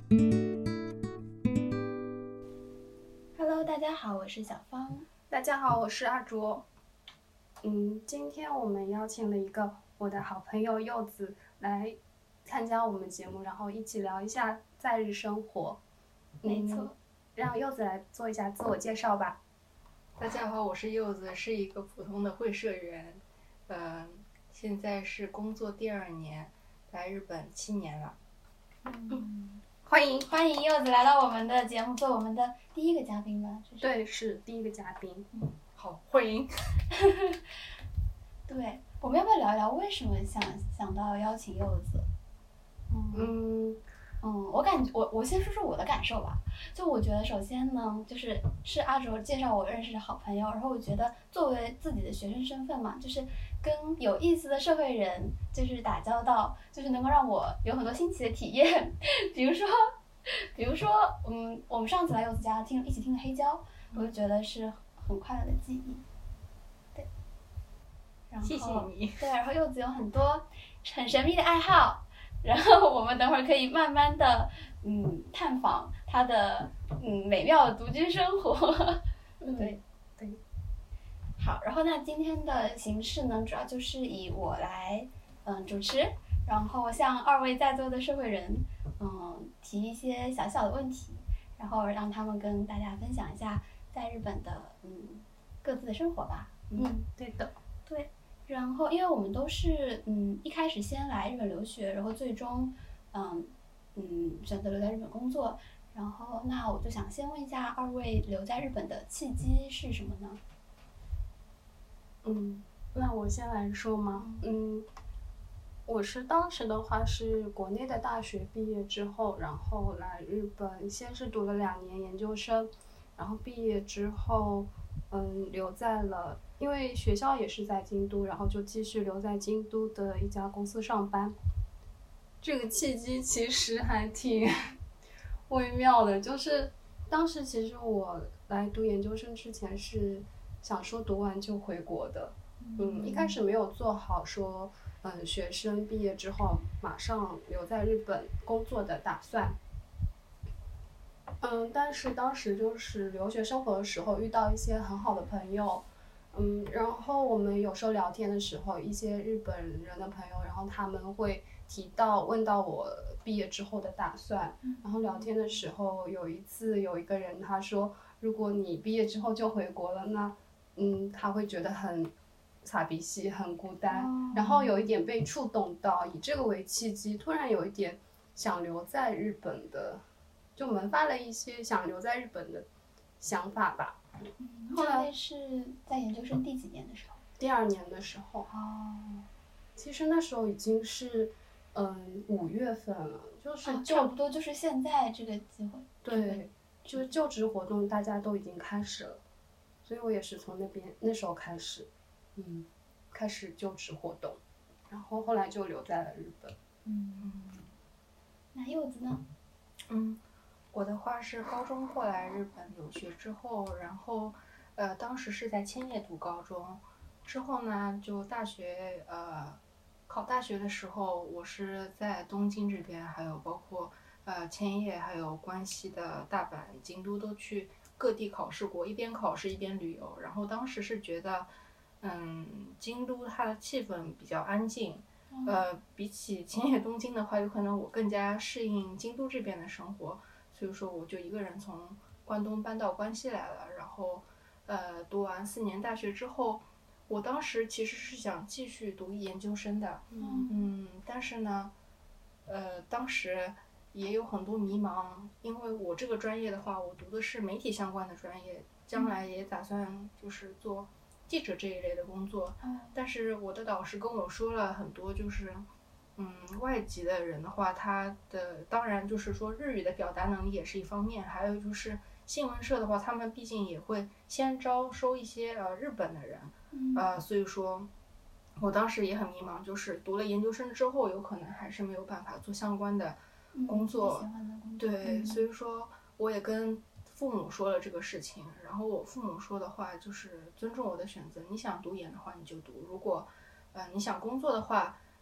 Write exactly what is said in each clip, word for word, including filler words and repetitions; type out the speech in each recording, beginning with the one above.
Hello， 大家好，我是小芳。 大家好，我是阿卓。嗯，今天我们邀请了一个我的好朋友柚子来参加我们节目，然后一起聊一下在日生活。 没错、嗯， 让柚子来做一下自我介绍吧。 大家好，我是柚子，是一个普通的会社员，呃，现在是工作第二年，来日本七年了。 嗯， 欢迎欢迎柚子来到我们的节目，做我们的第一个嘉宾吧？ 是对，是第一个嘉宾。 嗯，好，欢迎。 对，我们要不要聊一聊为什么想想到邀请柚子？ 嗯。嗯嗯，我感觉我我先说说我的感受吧。就我觉得，首先呢，就是是阿卓介绍我认识的好朋友，然后我觉得作为自己的学生身份嘛，就是跟有意思的社会人就是打交道，就是能够让我有很多新奇的体验。比如说，比如说，嗯，我们上次来柚子家听一起听的黑胶，我就觉得是很快乐的记忆。对，然后谢谢你。 对，然后柚子有很多很神秘的爱好。然后我们等会儿可以慢慢的，嗯，探访他的嗯美妙的独居生活。对对。 好，然后那今天的形式呢，主要就是以我来嗯主持，然后向二位在座的社会人嗯提一些小小的问题，然后让他们跟大家分享一下在日本的嗯各自的生活吧。 嗯，嗯对的。 对。然后，因为我们都是嗯一开始先来日本留学，然后最终嗯嗯选择留在日本工作。然后，那我就想先问一下二位留在日本的契机是什么呢？ 嗯，那我先来说吗？嗯，我是当时的话是国内的大学毕业之后，然后来日本，先是读了两年研究生，然后毕业之后，嗯，留在了。因为学校也是在京都，然后就继续留在京都的一家公司上班。这个契机其实还挺微妙的，就是当时其实我来读研究生之前是想说读完就回国的，嗯，一开始没有做好说，嗯，学生毕业之后马上留在日本工作的打算。嗯，但是当时就是留学生活的时候遇到一些很好的朋友。嗯，然后我们有时候聊天的时候，一些日本人的朋友，然后他们会提到问到我毕业之后的打算，然后聊天的时候，有一次有一个人他说，如果你毕业之后就回国了，那嗯，他会觉得很擦鼻涕，很孤单，然后有一点被触动到，以这个为契机，突然有一点想留在日本的，就萌发了一些想留在日本的想法吧。 嗯，后来是在研究生第几年的时候？ 第二年的时候。 哦。 其实那时候已经是，嗯，五月份了，就是就、哦、差不多就是现在这个机会。 对，就是就职活动大家都已经开始了，所以我也是从那边那时候开始，嗯，开始就职活动，然后后来就留在了日本。 嗯。那柚子呢？ 嗯。我的话是高中过来日本留学之后，然后，呃，当时是在千叶读高中，之后呢，就大学，呃，考大学的时候，我是在东京这边，还有包括呃千叶，还有关西的大阪、京都都去各地考试过，一边考试一边旅游。然后当时是觉得，嗯，京都它的气氛比较安静，呃，比起千叶、东京的话，有可能我更加适应京都这边的生活。所以说我就一个人从关东搬到关西来了，然后呃读完四年大学之后，我当时其实是想继续读研究生的， 嗯, 嗯但是呢呃当时也有很多迷茫，因为我这个专业的话，我读的是媒体相关的专业，将来也打算就是做记者这一类的工作， 嗯、 但是我的导师跟我说了很多，就是嗯，外籍的人的话，他的当然就是说日语的表达能力也是一方面，还有就是新闻社的话，他们毕竟也会先招收一些呃日本的人，呃，所以说，我当时也很迷茫，就是读了研究生之后，有可能还是没有办法做相关的工作， 嗯、 对，所以说我也跟父母说了这个事情，然后我父母说的话就是尊重我的选择，你想读研的话你就读，如果呃你想工作的话。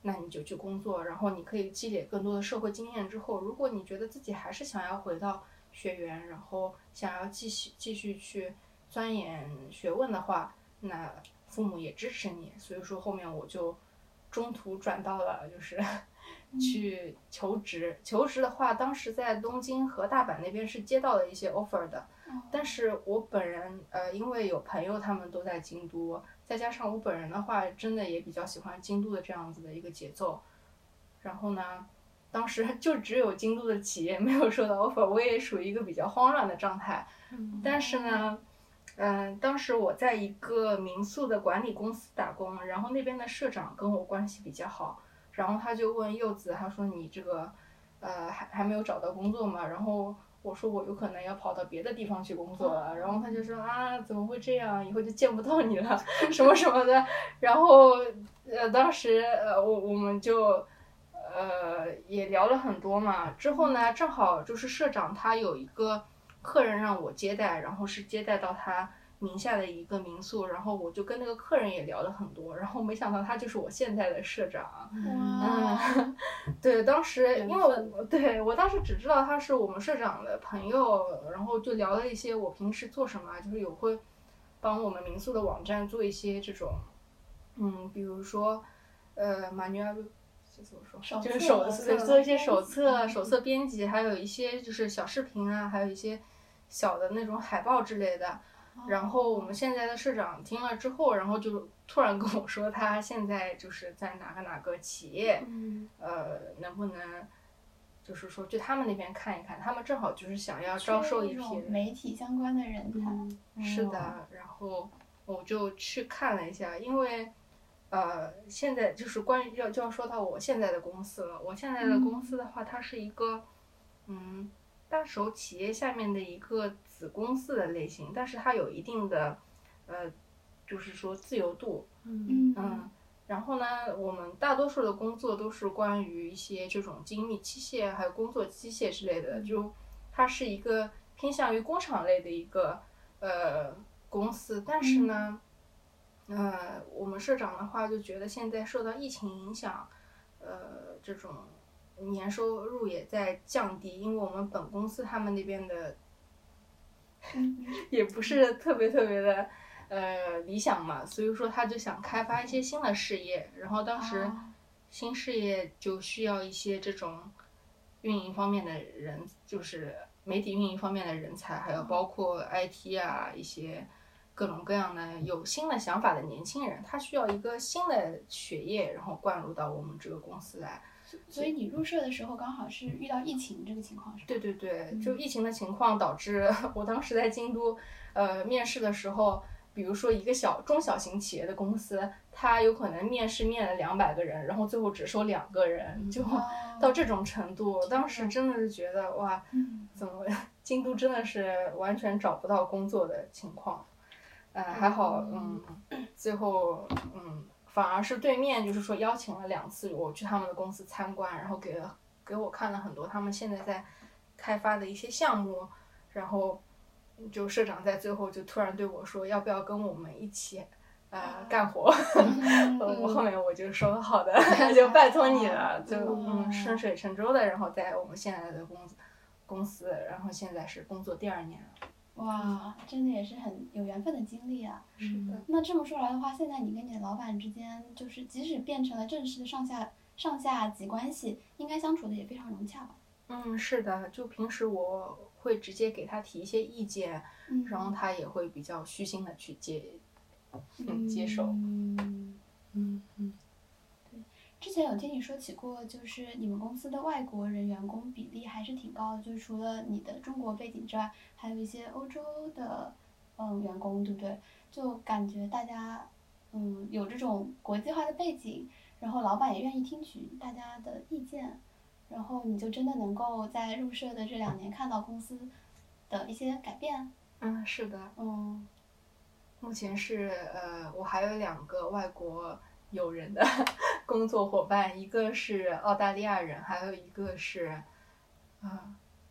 那你就去工作，然后你可以积累更多的社会经验之后，如果你觉得自己还是想要回到学园，然后想要继续继续去钻研学问的话，那父母也支持你。所以说后面我就中途转到了就是去求职。求职的话，当时在东京和大阪那边是接到了一些 offer 的，但是我本人呃因为有朋友他们都在京都，再加上我本人的话真的也比较喜欢京都的这样子的一个节奏，然后呢当时就只有京都的企业没有收到 offer， 我也属于一个比较慌乱的状态。但是呢嗯，当时我在一个民宿的管理公司打工，然后那边的社长跟我关系比较好，然后他就问柚子，他说你这个呃还还没有找到工作吗？然后我说我有可能要跑到别的地方去工作了，然后他就说啊怎么会这样，以后就见不到你了什么什么的。然后呃当时呃我我们就呃也聊了很多嘛，之后呢正好就是社长他有一个客人让我接待，然后是接待到他名下的一个民宿，然后我就跟那个客人也聊了很多，然后没想到他就是我现在的社长。嗯，对，当时因为我对我当时只知道他是我们社长的朋友，然后就聊了一些我平时做什么，就是有会帮我们民宿的网站做一些这种，嗯，比如说呃马尼亚。怎么说？就是手做一些手册、手册编辑，还有一些就是小视频啊，还有一些小的那种海报之类的。然后我们现在的社长听了之后，然后就突然跟我说，他现在就是在哪个哪个企业， 嗯、 呃，能不能就是说去他们那边看一看？他们正好就是想要招收一批媒体相关的人才。 嗯、 是的，然后我就去看了一下，因为。呃，现在就是关于要就要说到我现在的公司了。我现在的公司的话，它是一个嗯大手企业下面的一个子公司的类型，但是它有一定的呃，就是说自由度。 嗯嗯，然后呢，我们大多数的工作都是关于一些这种精密机械还有工作机械之类的，就它是一个偏向于工厂类的一个呃公司，但是呢。呃，我们社长的话就觉得现在受到疫情影响，呃，这种年收入也在降低，因为我们本公司他们那边的也不是特别特别的呃理想嘛，所以说他就想开发一些新的事业，然后当时新事业就需要一些这种运营方面的人，就是媒体运营方面的人才，还有包括 I T 啊一些。各种各样的有新的想法的年轻人，他需要一个新的血液，然后灌入到我们这个公司来。 所以你入社的时候刚好是遇到疫情这个情况是吧？ 对对对，就疫情的情况导致我当时在京都，呃，面试的时候，比如说一个小中小型企业的公司，他有可能面试面了两百个人，然后最后只收两个人，就到这种程度。 哦、 当时真的是觉得哇，怎么京都真的是完全找不到工作的情况。呃，还好，嗯，最后，嗯，反而是对面就是说邀请了两次我去他们的公司参观，然后给了给我看了很多他们现在在开发的一些项目，然后就社长在最后就突然对我说要不要跟我们一起呃干活，我后面我就说好的，就拜托你了，就嗯顺水成舟的，然后在我们现在的公公司，然后现在是工作第二年了。 哇，真的也是很有缘分的经历啊！ 是的。 那这么说来的话，现在你跟你的老板之间，就是即使变成了正式的上下上下级关系，应该相处的也非常融洽吧？ 嗯，是的，就平时我会直接给他提一些意见， 嗯、 然后他也会比较虚心的去接，嗯，接受。 嗯嗯嗯。 之前有听你说起过，就是你们公司的外国人员工比例还是挺高的，就是除了你的中国背景之外，还有一些欧洲的嗯员工，对不对？就感觉大家嗯有这种国际化的背景，然后老板也愿意听取大家的意见，然后你就真的能够在入社的这两年看到公司的一些改变。 嗯，是的。 嗯， 目前是呃，我还有两个外国友人的工作伙伴，一个是澳大利亚人，还有一个是，啊、呃，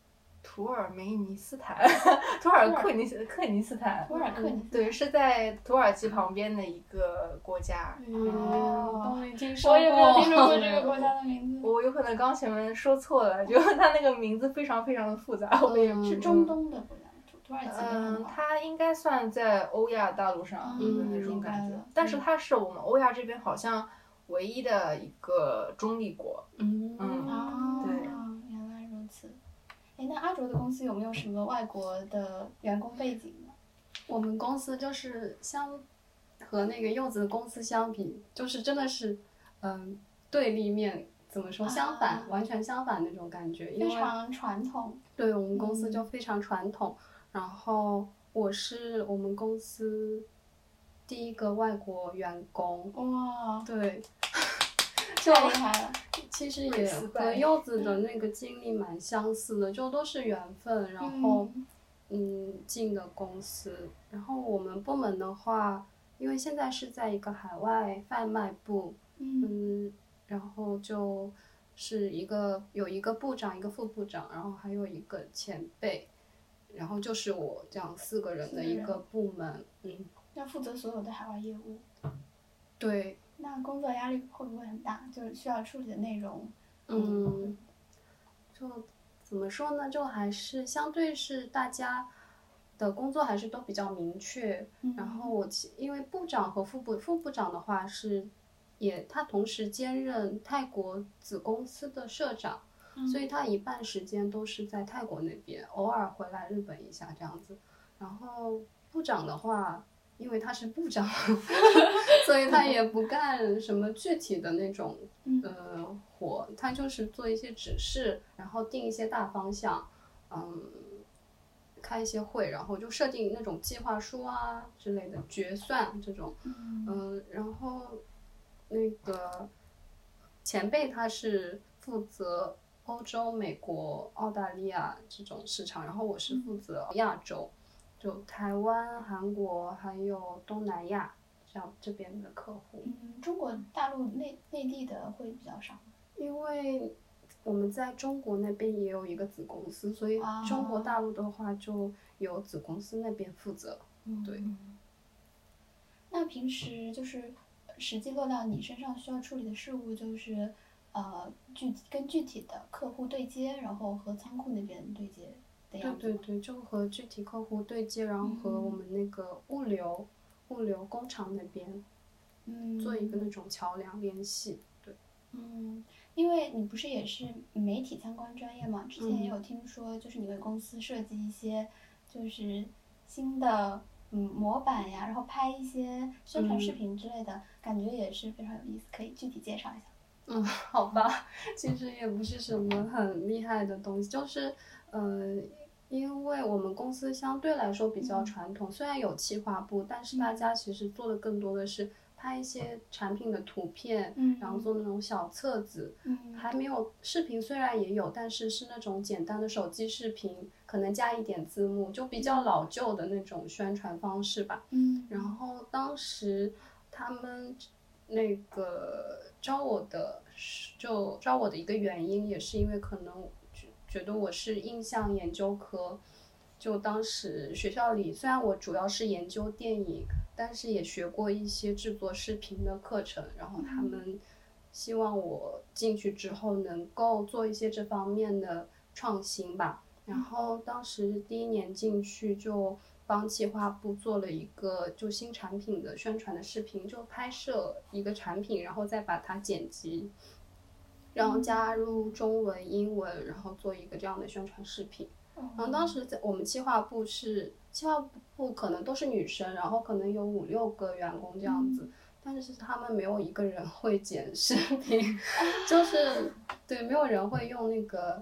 图尔梅尼斯坦，图尔克尼斯克尼斯坦， 土耳克尼斯坦对，是在土耳其旁边的一个国家。 嗯，都没听说过。 我也没有听说过这个国家的名字。 我有可能刚前面说错了，就它那个名字非常非常的复杂，我也嗯是中东的国家，土土耳其那边的嗯， 话它应该算在欧亚大陆上的嗯那种感觉， 明白了但是它是我们欧亚这边好像唯一的一个中立国。 嗯嗯哦， 对原来如此。哎，那阿卓的公司有没有什么外国的员工背景呢？ 我们公司就是相和那个柚子的公司相比，就是真的是嗯对立面，怎么说相反， 啊完全相反那种感觉。因为非常传统。 对我们公司嗯就非常传统，然后我是我们公司第一个外国员工， 哇， 对， 太厉害了。 其实也失败和柚子的那个经历蛮相似的，就都是缘分，然后嗯嗯进的公司。然后我们部门的话，因为现在是在一个海外贩卖部， 嗯嗯，然后就是一个有一个部长，一个副部长，然后还有一个前辈，然后就是我这样四个人的一个部门，嗯， 要负责所有的海外业务， 对， 那工作压力会不会很大？就是需要处理的内容。 嗯，就怎么说呢？就还是相对是大家的工作还是都比较明确。 嗯然后我其因为部长和副部副部长的话是，也他同时兼任泰国子公司的社长， 嗯所以他一半时间都是在泰国那边，偶尔回来日本一下这样子。然后部长的话，因为他是部长，所以他也不干什么具体的那种嗯呃活，他就是做一些指示，然后定一些大方向，嗯，开一些会，然后就设定那种计划书啊之类的决算这种， 嗯嗯，然后那个前辈他是负责欧洲、美国、澳大利亚这种市场，然后我是负责亚洲，就台湾、韩国还有东南亚这样这边的客户。 嗯，中国大陆内内地的会比较少。 因为我们在中国那边也有一个子公司，所以中国大陆的话就由子公司那边负责。对。 那平时就是实际落到你身上需要处理的事务，就是呃具体跟具体的客户对接，然后和仓库那边对接的对样子吗。 对对，就和具体客户对接，然后和我们那个物流、物流工厂那边嗯， 做一个那种桥梁联系。对。 嗯，因为你不是也是媒体相关专业嘛？之前也嗯有听说，就是你为公司设计一些就是新的嗯模板呀，然后拍一些宣传视嗯频之类的，感觉也是非常有意思，可以具体介绍一下。 嗯，好吧，其实也不是什么很厉害的东西，就是呃，因为我们公司相对来说比较传统，虽然有企划部，但是大家其实做的更多的是拍一些产品的图片， 嗯然后做那种小册子， 嗯还没有视频，虽然也有，但是是那种简单的手机视频，可能加一点字幕，就比较老旧的那种宣传方式吧。 嗯， 然后当时他们那个招我的是就招我的一个原因，也是因为可能觉觉得我是印象研究科，就当时学校里虽然我主要是研究电影，但是也学过一些制作视频的课程，然后他们希望我进去之后能够做一些这方面的创新吧。然后当时第一年进去就帮企划部做了一个就新产品的宣传的视频，就拍摄一个产品，然后再把它剪辑，然后加入中文、英文，然后做一个这样的宣传视频。然后当时在我们企划部是企划部可能都是女生，然后可能有五六个员工这样子，但是他们没有一个人会剪视频，就是对，没有人会用那个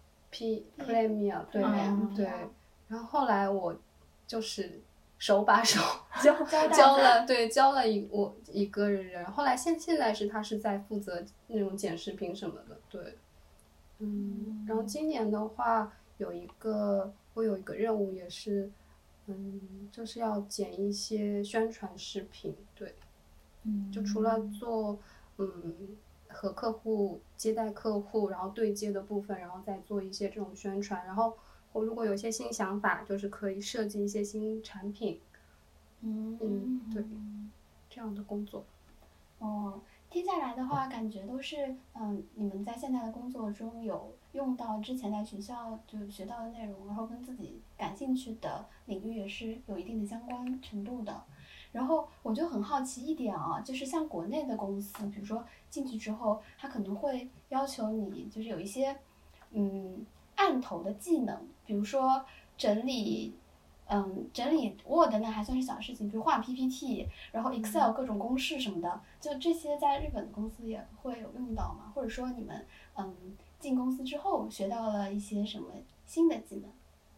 P Premiere， 对、 嗯对。然后后来我就是手把手教教大家教了，对，教了一我一个人。后来现现在是他是在负责那种剪视频什么的，对，嗯。然后今年的话有一个我有一个任务也是，嗯，就是要剪一些宣传视频，对， 嗯， 就除了做嗯和客户接待客户，然后对接的部分，然后再做一些这种宣传，然后我如果有一些新想法，就是可以设计一些新产品。 嗯嗯，对，这样的工作。 哦，听下来的话，感觉都是嗯，你们在现在的工作中有用到之前在学校就学到的内容，然后跟自己感兴趣的领域也是有一定的相关程度的。然后我就很好奇一点啊，就是像国内的公司，比如说进去之后，他可能会要求你就是有一些嗯案头的技能，比如说整理。嗯，整理 Word 那还算是小事情，比如画 P P T， 然后 Excel 各种公式什么的，就这些在日本的公司也会有用到吗？或者说你们嗯进公司之后学到了一些什么新的技能？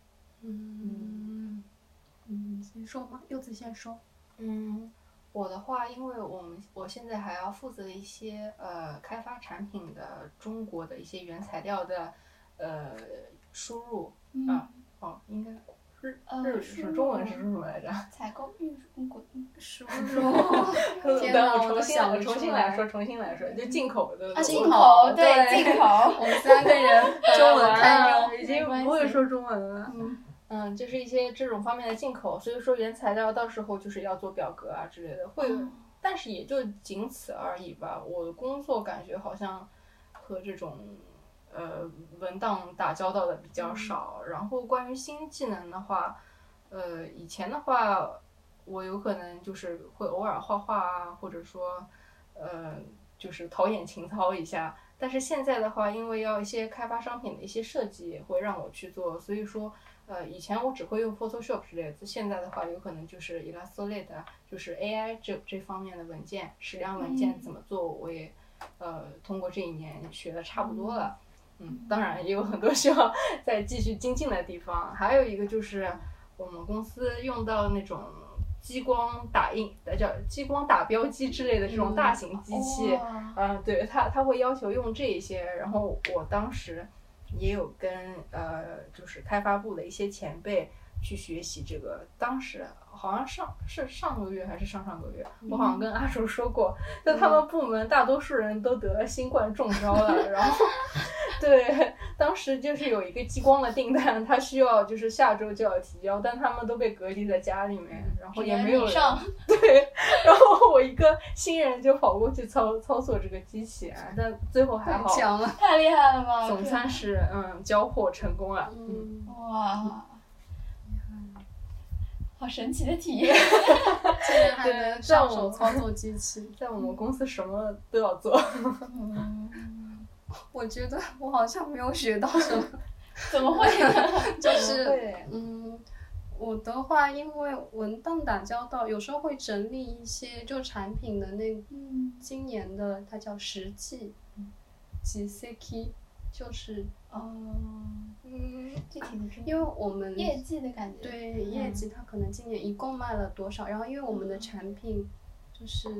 嗯嗯，先说吗？柚子先说。 嗯，我的话，因为我们我现在还要负责一些呃开发产品的中国的一些原材料的呃输入啊、哦，应该。日日语是中文是什么来着？ 采购运输滚输入。等我重新我重新来说，重新来说，就进口的。 啊，进口对进口。 我们三个人中文堪用，已经不会说中文了。嗯嗯，就是一些这种方面的进口，所以说原材料到时候就是要做表格啊之类的，会，但是也就仅此而已吧。我的工作感觉好像和这种。呃，文档打交道的比较少，嗯、然后关于新技能的话，呃，以前的话，我有可能就是会偶尔画画啊，或者说，呃，就是陶冶情操一下。但是现在的话，因为要一些开发商品的一些设计也会让我去做，所以说，呃，以前我只会用 Photoshop 之类的，现在的话有可能就是 Illustrator， 就是 A I 这这方面的文件，矢量文件怎么做，我也，呃，通过这一年学的差不多了。嗯，当然也有很多需要再继续精进的地方。还有一个就是我们公司用到那种激光打印，叫激光打标机之类的这种大型机器，嗯、呃，对，它它会要求用这一些。然后我当时也有跟呃，就是开发部的一些前辈去学习这个。当时好像上是上个月还是上上个月，我好像跟阿叔说过，就他们部门大多数人都得了新冠中招了，然后。对，当时就是有一个激光的订单，他需要就是下周就要提交，但他们都被隔离在家里面，然后也没有人。对，然后我一个新人就跑过去操操作这个机器，但最后还好。 太强了， 太厉害了吧！ 总算是嗯交货成功了。 嗯，哇，好神奇的体验！ 竟然还能上手操作机器， 在我们公司什么都要做。 嗯。 我觉得我好像没有学到什么， 怎么会呢？ 就是嗯，我的话，因为文档打交道，有时候会整理一些就产品的那，嗯，今年的它叫实际，几 C K， 就是哦，嗯，具体的因为我们业绩的感觉， 对业绩，它可能今年一共卖了多少，然后因为我们的产品就是。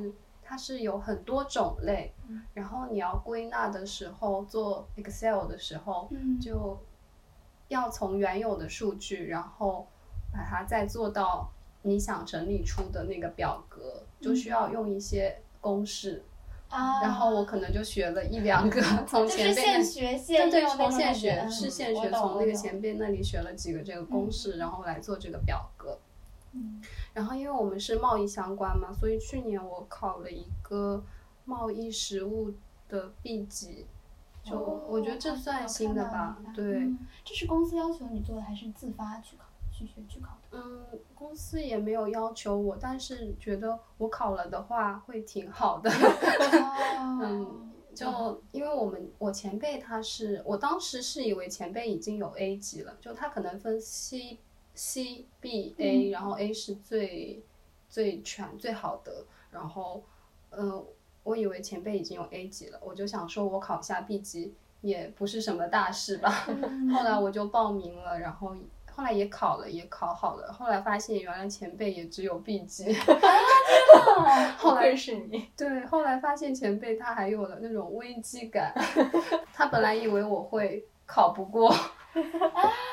它是有很多种类，嗯、然后你要归纳的时候，做 Excel 的时候，嗯、就要从原有的数据，然后把它再做到你想整理出的那个表格，嗯、就需要用一些公式。啊、然后我可能就学了一两个，从前辈那学现对对，从现学是现学，从那个前辈那里学了几个这个公式，嗯、然后来做这个表格。嗯，然后因为我们是贸易相关嘛，所以去年我考了一个贸易实务的 B 级，就、哦、我觉得这算新的吧。对、 嗯，这是公司要求你做的，还是自发去考、去学去考的？ 嗯，公司也没有要求我，但是觉得我考了的话会挺好的。哦、嗯，就因为我们我前辈他是，我当时是以为前辈已经有 A 级了，就他可能分 C。C B A，、嗯、然后 A 是最最全最好的，然后，呃，我以为前辈已经有 A 级了，我就想说我考下 B 级也不是什么大事吧。嗯、后来我就报名了，然后后来也考了，也考好了。后来发现原来前辈也只有 B 级。 啊、 后来是你。 对，后来发现前辈他还有了那种危机感，他本来以为我会考不过。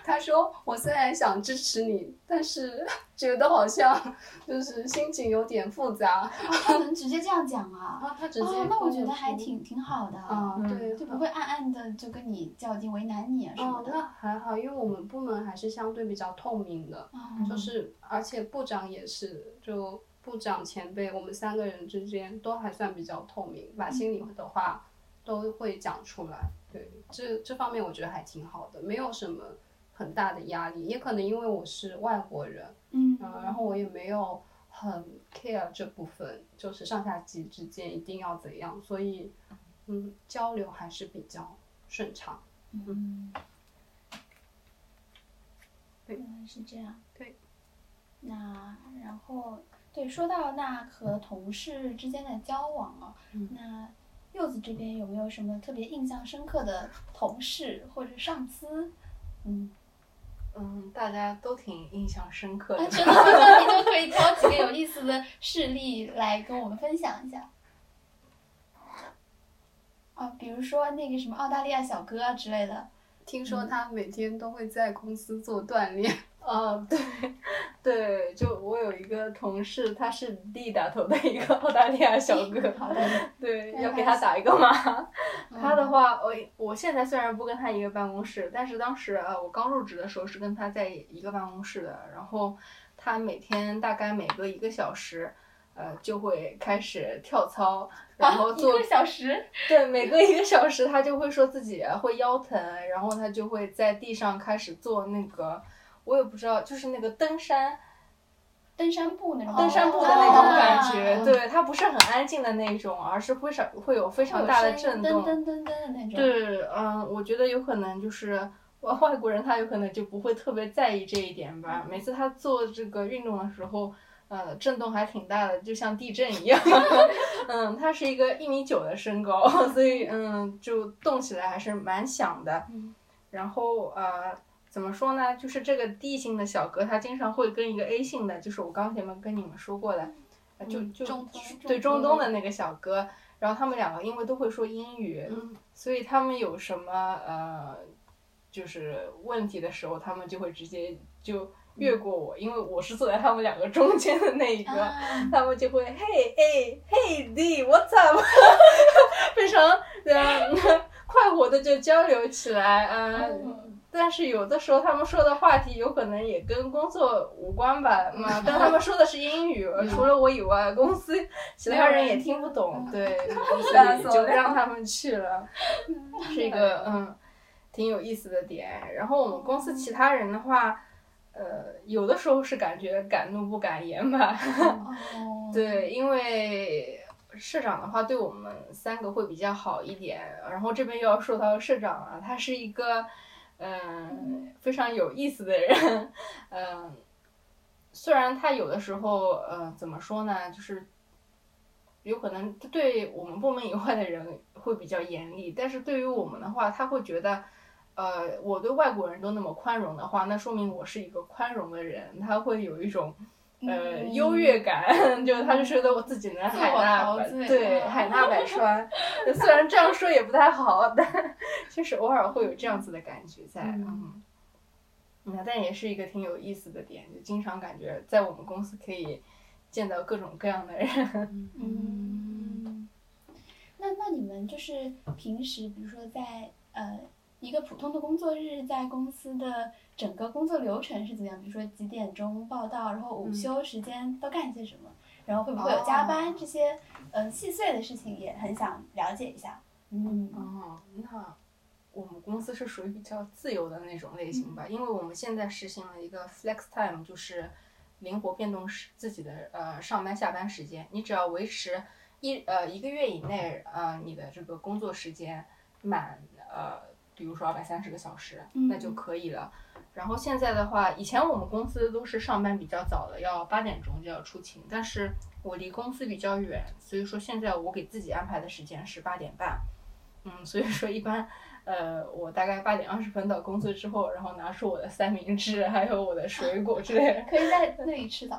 他说我虽然想支持你，但是觉得好像就是心情有点复杂。 他能直接这样讲啊？ 啊，他直接哦，那我觉得跟说还挺挺好的， 啊，对， 就不会暗暗的就跟你较劲，为难你啊什么哦， 的。 那还好，因为我们部门还是相对比较透明的， 哦就是而且部长也是，就部长前辈，我们三个人之间都还算比较透明，把心里的话都会讲出来。对，这这方面我觉得还挺好的，没有什么很大的压力，也可能因为我是外国人， 嗯嗯，然后我也没有很 care 这部分，就是上下级之间一定要怎样，所以嗯，交流还是比较顺畅。 嗯， 对原来是这样。 对。 那然后对，说到那和同事之间的交往哦， 嗯那柚子这边有没有什么特别印象深刻的同事或者上司？嗯， 嗯，大家都挺印象深刻啊， 的。 真的吗？那你就可以挑几个有意思的事例来跟我们分享一下。啊，比如说那个什么澳大利亚小哥啊之类的。 听说他每天都会在公司做锻炼。 哦，对，对，就我有一个同事，他是 D 打头的一个澳大利亚小哥， 好的。 对， 原来要给他打一个码。 嗯他的话，我我现在虽然不跟他一个办公室，但是当时呃我刚入职的时候是跟他在一个办公室的，然后他每天大概每隔一个小时，呃就会开始跳操，然后做、 啊、一个小时。 对，每隔一个小时他就会说自己会腰疼，然后他就会在地上开始做那个，我也不知道，就是那个登山。 登山步那种， 登山步的那种感觉， 啊、 对，它不是很安静的那种，而是会常会有非常大的震动， 噔噔噔噔的那种。 对，嗯，我觉得有可能就是外外国人他有可能就不会特别在意这一点吧。 嗯、 每次他做这个运动的时候，呃，震动还挺大的，就像地震一样。嗯，他是一个一米九的身高，所以嗯，就动起来还是蛮响的。 嗯、 然后呃。怎么说呢？就是这个 D 姓的小哥，他经常会跟一个 A 姓的，就是我刚前面跟你们说过的， 嗯、 就就中对中东的那个小哥，然后他们两个因为都会说英语， 嗯、 所以他们有什么呃，就是问题的时候，他们就会直接就越过我，嗯、因为我是坐在他们两个中间的那一个， 啊、 他们就会嘿 A 嘿 D，What's up？ 非常呃快活的就交流起来，呃。嗯但是有的时候他们说的话题有可能也跟工作无关吧，嘛，但他们说的是英语，除了我以外，公司其他人也听不懂，对，所以就让他们去了，是一个嗯挺有意思的点。然后我们公司其他人的话，呃，有的时候是感觉敢怒不敢言吧，对，因为社长的话对我们三个会比较好一点，然后这边又要说到社长了，他是一个。嗯，非常有意思的人，嗯，虽然他有的时候，呃，怎么说呢，就是有可能对我们部门以外的人会比较严厉，但是对于我们的话，他会觉得，呃，我对外国人都那么宽容的话，那说明我是一个宽容的人，他会有一种。呃，优越感，就他就觉得我自己能海纳百对海纳百川，虽然这样说也不太好，但就是偶尔会有这样子的感觉在，嗯，那但也是一个挺有意思的点，就经常感觉在我们公司可以见到各种各样的人。 嗯，那那你们就是平时，比如说在呃一个普通的工作日，在公司的。整个工作流程是怎么样？比如说几点钟报到，然后午休时间都干些什么？嗯、然后会不会有加班、哦、这些呃细碎的事情也很想了解一下。嗯哦，那我们公司是属于比较自由的那种类型吧，嗯、因为我们现在实行了一个 flex time， 就是灵活变动时自己的呃上班下班时间，你只要维持一呃一个月以内呃你的这个工作时间满呃比如说二百三十个小时， 嗯、 那就可以了。然后现在的话，以前我们公司都是上班比较早的，要八点钟就要出勤，但是我离公司比较远，所以说现在我给自己安排的时间是八点半，嗯，所以说一般，呃，我大概八点二十分到公司之后，然后拿出我的三明治，还有我的水果之类的， 可以在那里吃早饭。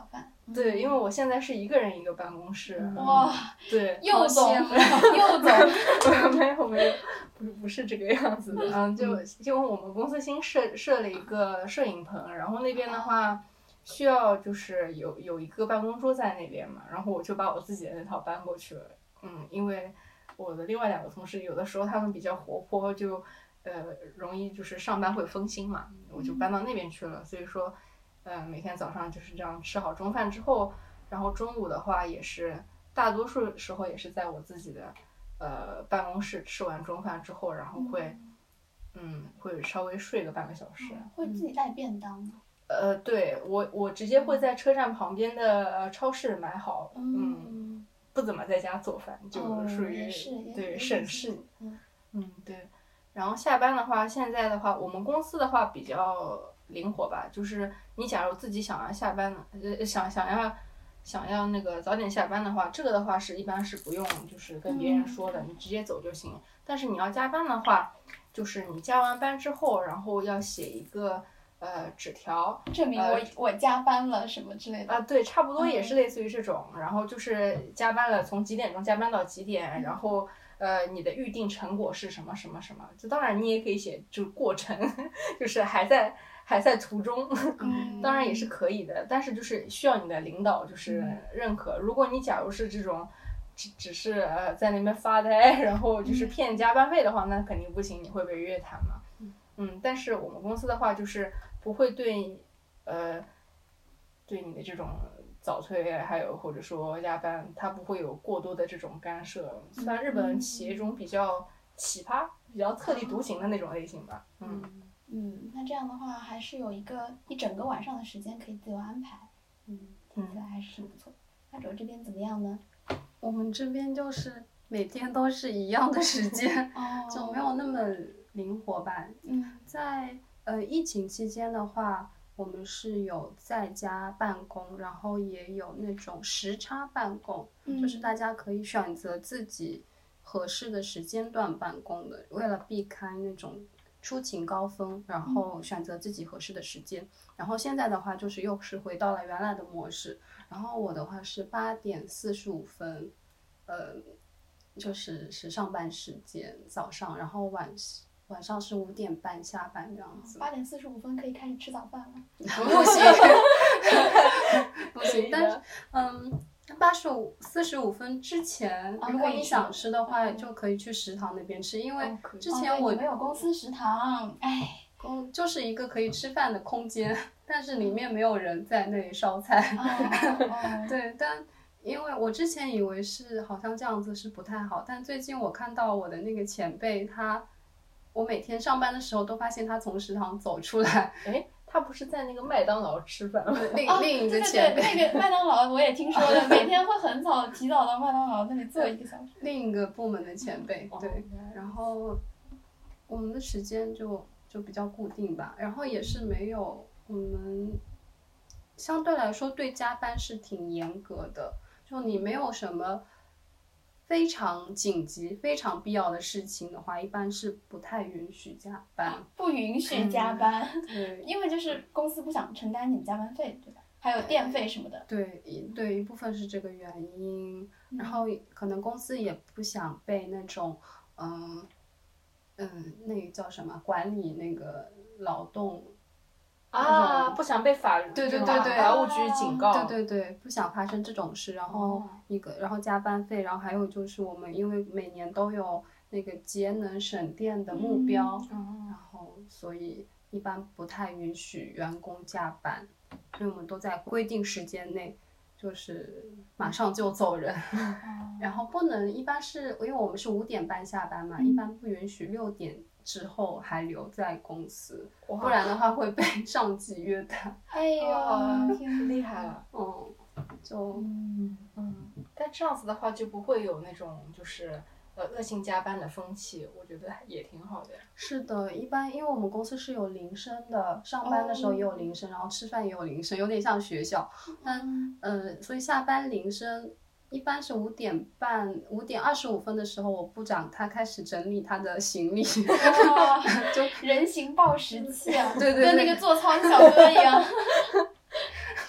对，因为我现在是一个人一个办公室。 哇， 对， 又总又总， 没有没有，不是不是这个样子的。嗯，就因为我们公司新设设了一个摄影棚，然后那边的话需要就是有有一个办公桌在那边嘛，然后我就把我自己的那套搬过去了。嗯，因为我的另外两个同事有的时候他们比较活泼，就呃容易就是上班会分心嘛，我就搬到那边去了。所以说。呃，每天早上就是这样吃好中饭之后，然后中午的话也是大多数时候也是在我自己的呃办公室吃完中饭之后，然后会嗯, 嗯会稍微睡个半个小时。 嗯、会自己带便当吗？ 呃，对我我直接会在车站旁边的超市买好， 嗯， 嗯不怎么在家做饭，就属于、 哦、 对省事。 嗯嗯对，然后下班的话，现在的话，我们公司的话比较。灵活吧，就是你假如自己想要下班的，呃，想想要想要那个早点下班的话，这个的话是一般是不用就是跟别人说的， 嗯、 你直接走就行。但是你要加班的话，就是你加完班之后，然后要写一个呃纸条， 证明我、呃、我加班了什么之类的。 啊、呃，对，差不多也是类似于这种。嗯、然后就是加班了，从几点钟加班到几点， 嗯、 然后。呃，你的预定成果是什么什么什么？就当然你也可以写，就是过程，就是还在还在途中， 嗯、 当然也是可以的。但是就是需要你的领导就是认可。嗯、如果你假如是这种，只只是呃在那边发呆，然后就是骗加班费的话，那肯定不行，你会被约谈嘛。嗯，但是我们公司的话就是不会对呃对你的这种。早退还有或者说加班，它不会有过多的这种干涉，算日本企业中比较奇葩、比较特立独行的那种类型吧。 嗯嗯，那这样的话还是有一个一整个晚上的时间可以自由安排。嗯，听起来还是挺不错。阿卓这边怎么样呢？ 我们这边就是每天都是一样的时间， 哦、 就没有那么灵活吧。 嗯， 在呃疫情期间的话。我们是有在家办公，然后也有那种时差办公， 嗯、 就是大家可以选择自己合适的时间段办公的，为了避开那种出勤高峰，然后选择自己合适的时间。嗯、然后现在的话就是又是回到了原来的模式，然后我的话是八点四十五分，呃，就是是上班时间早上，然后晚晚上是五点半下班这样子。 八点四十五分可以开始吃早饭了。 不行，不行。但是，嗯，八十五四十五分之前， 哦、 如果你想吃的话，就可以去食堂那边吃，因为之前我、 哦、没有公司食堂，哎， 公就是一个可以吃饭的空间，但是里面没有人在那里烧菜。 哦哦、 对，但。因为我之前以为是好像这样子是不太好，但最近我看到我的那个前辈他。我每天上班的时候都发现他从食堂走出来， 哎，他不是在那个麦当劳吃饭吗？ 另、 哦、 另一个前辈， 对对对，那个麦当劳我也听说了，每天会很早提早到麦当劳那里坐一个小时。 另一个部门的前辈， 嗯、 对，然后我们的时间就就比较固定吧，然后也是没有我们相对来说对加班是挺严格的，就你没有什么。非常紧急、非常必要的事情的话，一般是不太允许加班。 不允许加班， 嗯、对， 因为就是公司不想承担你加班费，对吧？还有电费什么的。 对，对，一部分是这个原因， 嗯、 然后可能公司也不想被那种，嗯嗯，那个叫什么管理那个劳动。 啊，不想被法对对对对法务局警告， 对对对，不想发生这种事，然后一个，然后加班费，然后还有就是我们因为每年都有那个节能省电的目标， 嗯、 然后所以一般不太允许员工加班，因为我们都在规定时间内，就是马上就走人， 嗯、 然后不能一般是因为我们是五点半下班嘛， 嗯、 一般不允许六点。之后还留在公司，不然的话会被上级约谈。 哎呦， 挺厉害了。 嗯，就嗯嗯，但这样子的话就不会有那种就是呃恶性加班的风气，我觉得也挺好的。 是的，一般因为我们公司是有铃声的，上班的时候也有铃声，哦、然后吃饭也有铃声，有点像学校。但呃，所以下班铃声。一般是五点半、五点二十五分的时候，我部长他开始整理他的行李， 哇就人形报时器啊， 对对对， 跟那个做操的小哥一样。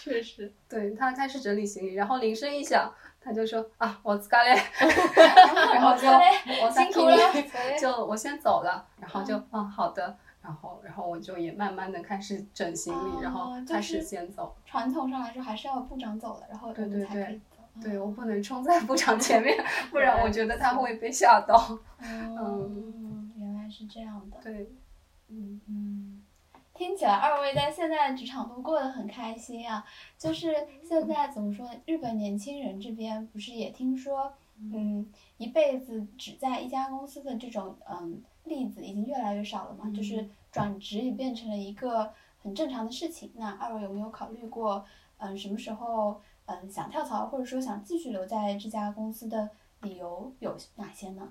确实， 对，他开始整理行李，然后铃声一响，他就说啊，我疲れ，然后就我辛苦了， 就我先走了，然后就啊好的，然后然后我就也慢慢的开始整行李， 哦然后开始先走。 传统上来说，还是要部长走了，然后我们才可以走。 对，我不能冲在部长前面，不然我觉得他会被吓到。 嗯，原来是这样的。 对， 嗯嗯，听起来二位在现在的职场都过得很开心啊。就是现在怎么说呢？日本年轻人这边不是也听说，嗯，一辈子只在一家公司的这种嗯例子已经越来越少了嘛？就是转职也变成了一个很正常的事情。那二位有没有考虑过，嗯，什么时候？嗯，想跳槽或者说想继续留在这家公司的理由有哪些呢？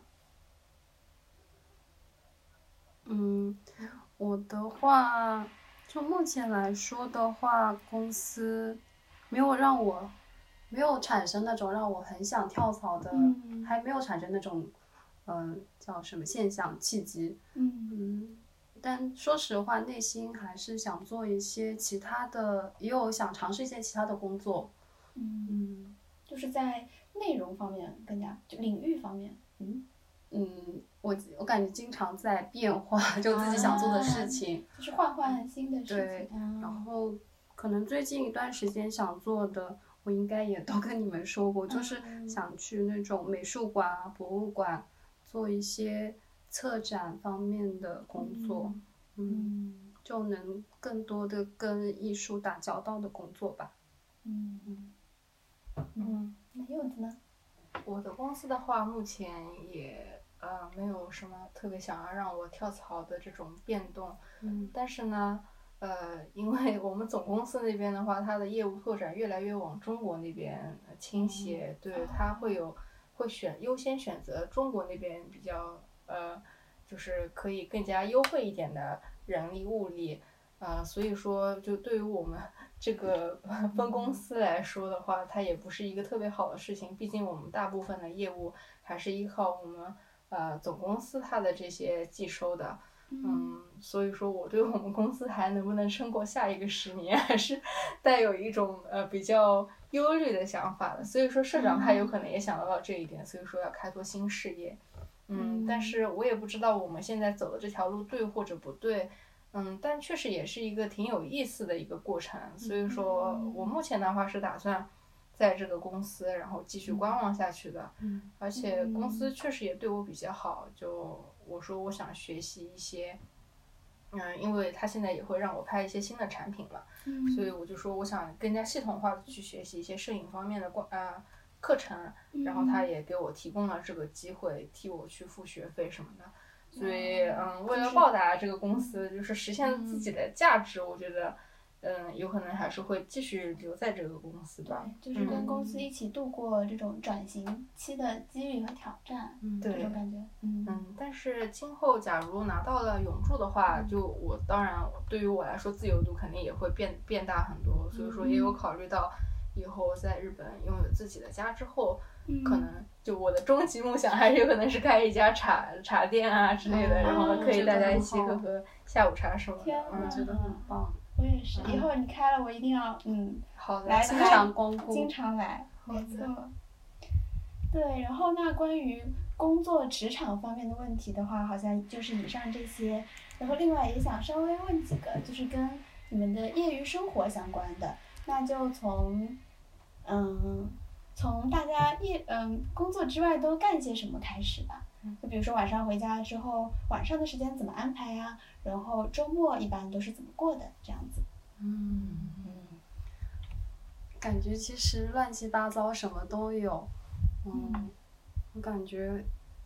嗯，我的话，就目前来说的话，公司没有让我没有产生那种让我很想跳槽的， 嗯、 还没有产生那种嗯、呃、叫什么现象契机。 嗯嗯，但说实话，内心还是想做一些其他的，也有想尝试一些其他的工作。 嗯， 嗯， 就是在内容方面更加就领域方面，嗯嗯，我我感觉经常在变化，就自己想做的事情， 啊、就是换换新的事情。 对， 啊、 然后可能最近一段时间想做的，我应该也都跟你们说过，就是想去那种美术馆啊、博物馆做一些策展方面的工作， 嗯， 嗯，就能更多的跟艺术打交道的工作吧。 嗯嗯。嗯，那柚子呢？ 我的公司的话，目前也呃没有什么特别想要让我跳槽的这种变动。 嗯， 但是呢，呃，因为我们总公司那边的话，它的业务拓展越来越往中国那边倾斜， 嗯、 对，它会有会选优先选择中国那边比较呃，就是可以更加优惠一点的人力物力。啊、呃，所以说，就对于我们这个分公司来说的话，它也不是一个特别好的事情。毕竟我们大部分的业务还是依靠我们呃总公司它的这些计收的，嗯，所以说我对我们公司还能不能撑过下一个十年，还是带有一种呃比较忧虑的想法的。所以说社长他有可能也想到了这一点，所以说要开拓新事业，嗯，但是我也不知道我们现在走的这条路对或者不对。嗯，但确实也是一个挺有意思的一个过程，所以说我目前的话是打算在这个公司然后继续观望下去的， 嗯， 而且公司确实也对我比较好，就我说我想学习一些，嗯，因为他现在也会让我拍一些新的产品嘛， 嗯， 所以我就说我想更加系统化的去学习一些摄影方面的关呃课程，然后他也给我提供了这个机会，替我去付学费什么的。所以，嗯，为了报答这个公司，就是实现自己的价值，我觉得，嗯，有可能还是会继续留在这个公司吧。 对，就是跟公司一起度过这种转型期的机遇和挑战， 嗯， 这种感觉。嗯嗯，但是今后假如拿到了永驻的话，就我当然对于我来说，自由度肯定也会变变大很多，所以说也有考虑到以后在日本拥有自己的家之后。 嗯、 可能就我的终极梦想还是有可能是开一家茶茶店啊之类的， 哦、 然后可以大家一起喝喝下午茶什么的。 天嗯， 我觉得很棒。 我也是，以后你开了，我一定要嗯， 好的， 来经常光顾， 经常来，没错。对，然后那关于工作职场方面的问题的话，好像就是以上这些。然后另外也想稍微问几个，就是跟你们的业余生活相关的，那就从嗯。从大家业嗯工作之外都干些什么开始吧，就比如说晚上回家之后，晚上的时间怎么安排呀？然后周末一般都是怎么过的？这样子。 嗯嗯，感觉其实乱七八糟什么都有，嗯，嗯我感觉，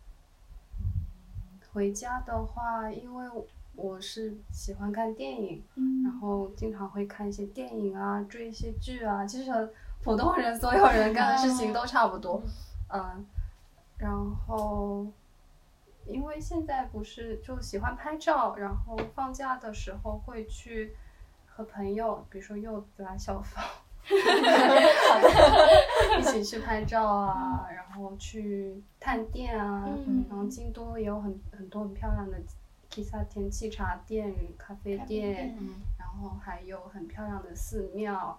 回家的话，因为我是喜欢看电影， 嗯、 然后经常会看一些电影啊，追一些剧啊，其实普通人所有人干的事情都差不多，嗯，然后，因为现在不是就喜欢拍照，然后放假的时候会去和朋友，比如说柚子啊、小芳，一起去拍照啊，然后去探店啊， 嗯、 然后京都也有很很多很漂亮的喫茶店、沏茶店、咖啡店， 嗯、 然后还有很漂亮的寺庙。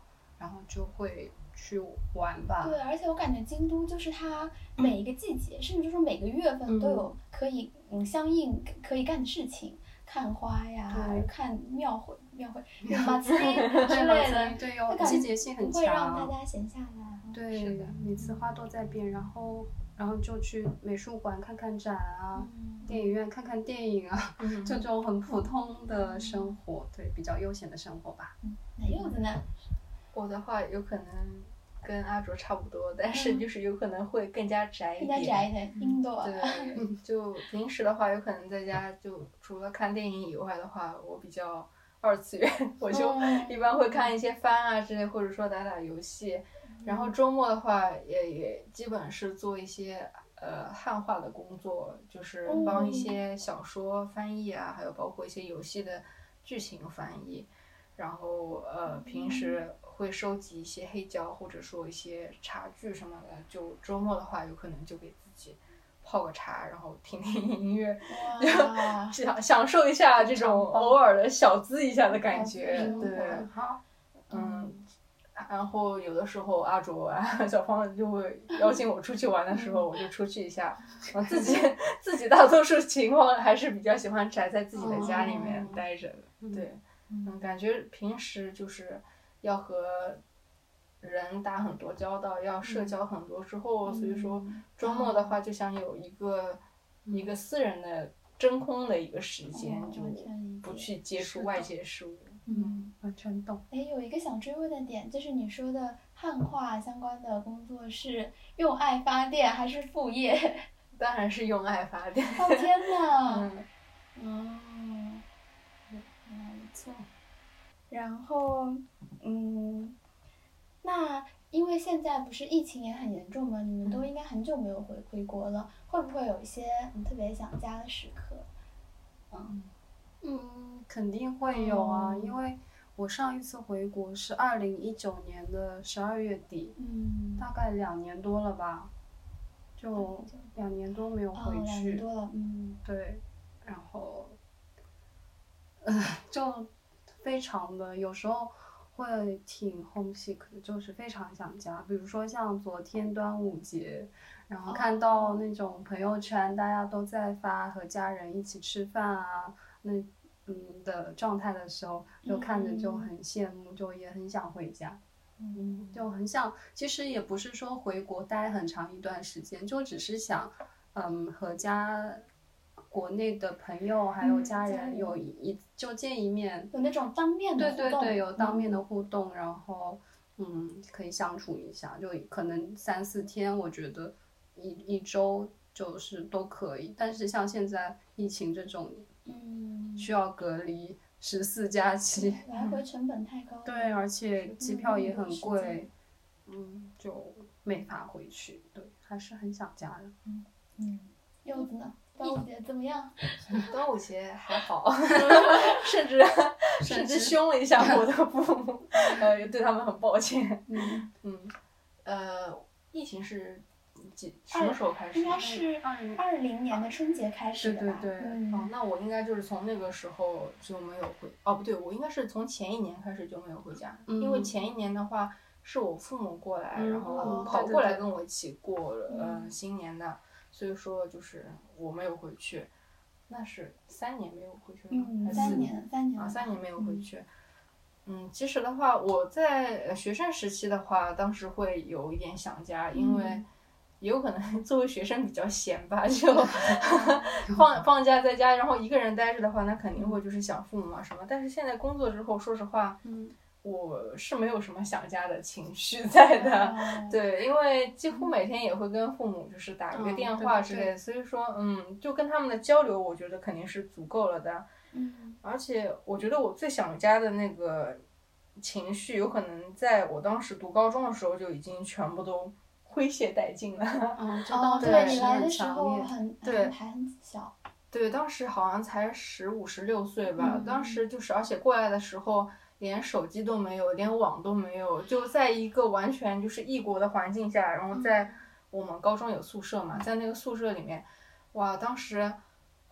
然后就会去玩吧。 对，而且我感觉京都就是它每一个季节，嗯、甚至就是每个月份都有可以嗯相应可以干的事情，看花呀，看庙会、庙会、马自立之类的， 对，有季节性很强， 不会让大家闲下来。 对，每次花都在变，然后然后就去美术馆看看展啊，嗯、电影院看看电影啊，嗯、这种很普通的生活，对，比较悠闲的生活吧。 嗯，那柚子呢？ 我的话有可能跟阿卓差不多，但是就是有可能会更加宅一点。 更加宅一点，印度。 对，就平时的话，有可能在家就除了看电影以外的话，我比较二次元，我就一般会看一些番啊之类，或者说打打游戏。然后周末的话也也基本是做一些呃汉化的工作，就是帮一些小说翻译啊，还有包括一些游戏的剧情翻译。然后呃平时会收集一些黑胶或者说一些茶具什么的，就周末的话有可能就给自己泡个茶，然后听听音乐，就享享受一下这种偶尔的小资一下的感觉。对， 好， 嗯。然后有的时候阿卓啊、小芳就会邀请我出去玩的时候，我就出去一下。我自己自己大多数情况还是比较喜欢宅在自己的家里面待着的。对，嗯，感觉平时就是要和人打很多交道，要社交很多之后，所以说周末的话就想有一个一个私人的真空的一个时间，就不去接触外界事物。 嗯，完全懂。 哎，有一个想追问的点，就是你说的汉化相关的工作是用爱发电还是副业？ 当然是用爱发电。 哦天哪！ 嗯， 嗯，没错。然后，嗯，那因为现在不是疫情也很严重嘛，你们都应该很久没有回回国了，会不会有一些你特别想家的时刻？嗯。 嗯，肯定会有啊，因为我上一次回国是二零一九年的十二月底， 嗯， 大概两年多了吧，就两年多没有回去， 哦，两年多了，嗯， 对，然后，呃，就非常的有时候会挺 homesick 的，就是非常想家。比如说像昨天端午节，然后看到那种朋友圈大家都在发和家人一起吃饭啊。那嗯的状态的时候，就看着就很羡慕，嗯、就也很想回家，嗯，就很想。其实也不是说回国待很长一段时间，就只是想，嗯，和家国内的朋友还有家人有一、嗯、就见一面， 有那种当面的互动， 对对对，有当面的互动，嗯、然后嗯可以相处一下，就可能三四天，我觉得一一周就是都可以。但是像现在疫情这种。 嗯， 需要隔离十四加七， 来回成本太高了。 对，而且机票也很贵，嗯，就没法回去。对，还是很想家的。 嗯嗯，柚子呢？端午节怎么样？ 端午节还好，甚至甚至凶了一下我的父母，呃，也对他们很抱歉。 嗯嗯，呃，疫情是。几什么时候开始？ 应该是二零年的春节开始的吧。 对对对。 嗯、 哦，那我应该就是从那个时候就没有回。哦，不对，我应该是从前一年开始就没有回家， 嗯、 因为前一年的话是我父母过来， 嗯、 然后跑过来跟我一起过了、嗯、呃新年的，所以说就是我没有回去。那是三年没有回去了吗？ 嗯， 还是三年，三年啊，三年没有回去。嗯，其实的话，我在学生时期的话，当时会有一点想家，因为。 嗯也有可能作为学生比较闲吧，就放放假在家，然后一个人待着的话，那肯定会就是想父母啊什么。但是现在工作之后，说实话， 嗯， 我是没有什么想家的情绪在的， 哦、 对，因为几乎每天也会跟父母就是打一个电话之类的， 嗯、 所以说，嗯，就跟他们的交流，我觉得肯定是足够了的。 嗯， 而且我觉得我最想家的那个情绪，有可能在我当时读高中的时候就已经全部都。诙谐殆尽了。 嗯， 哦，对，你来的时候很对还很小。 对，当时好像才十五十六岁吧、 嗯， 当时就是而且过来的时候连手机都没有，连网都没有，就在一个完全就是异国的环境下，然后在我们高中有宿舍嘛，在那个宿舍里面，哇，当时。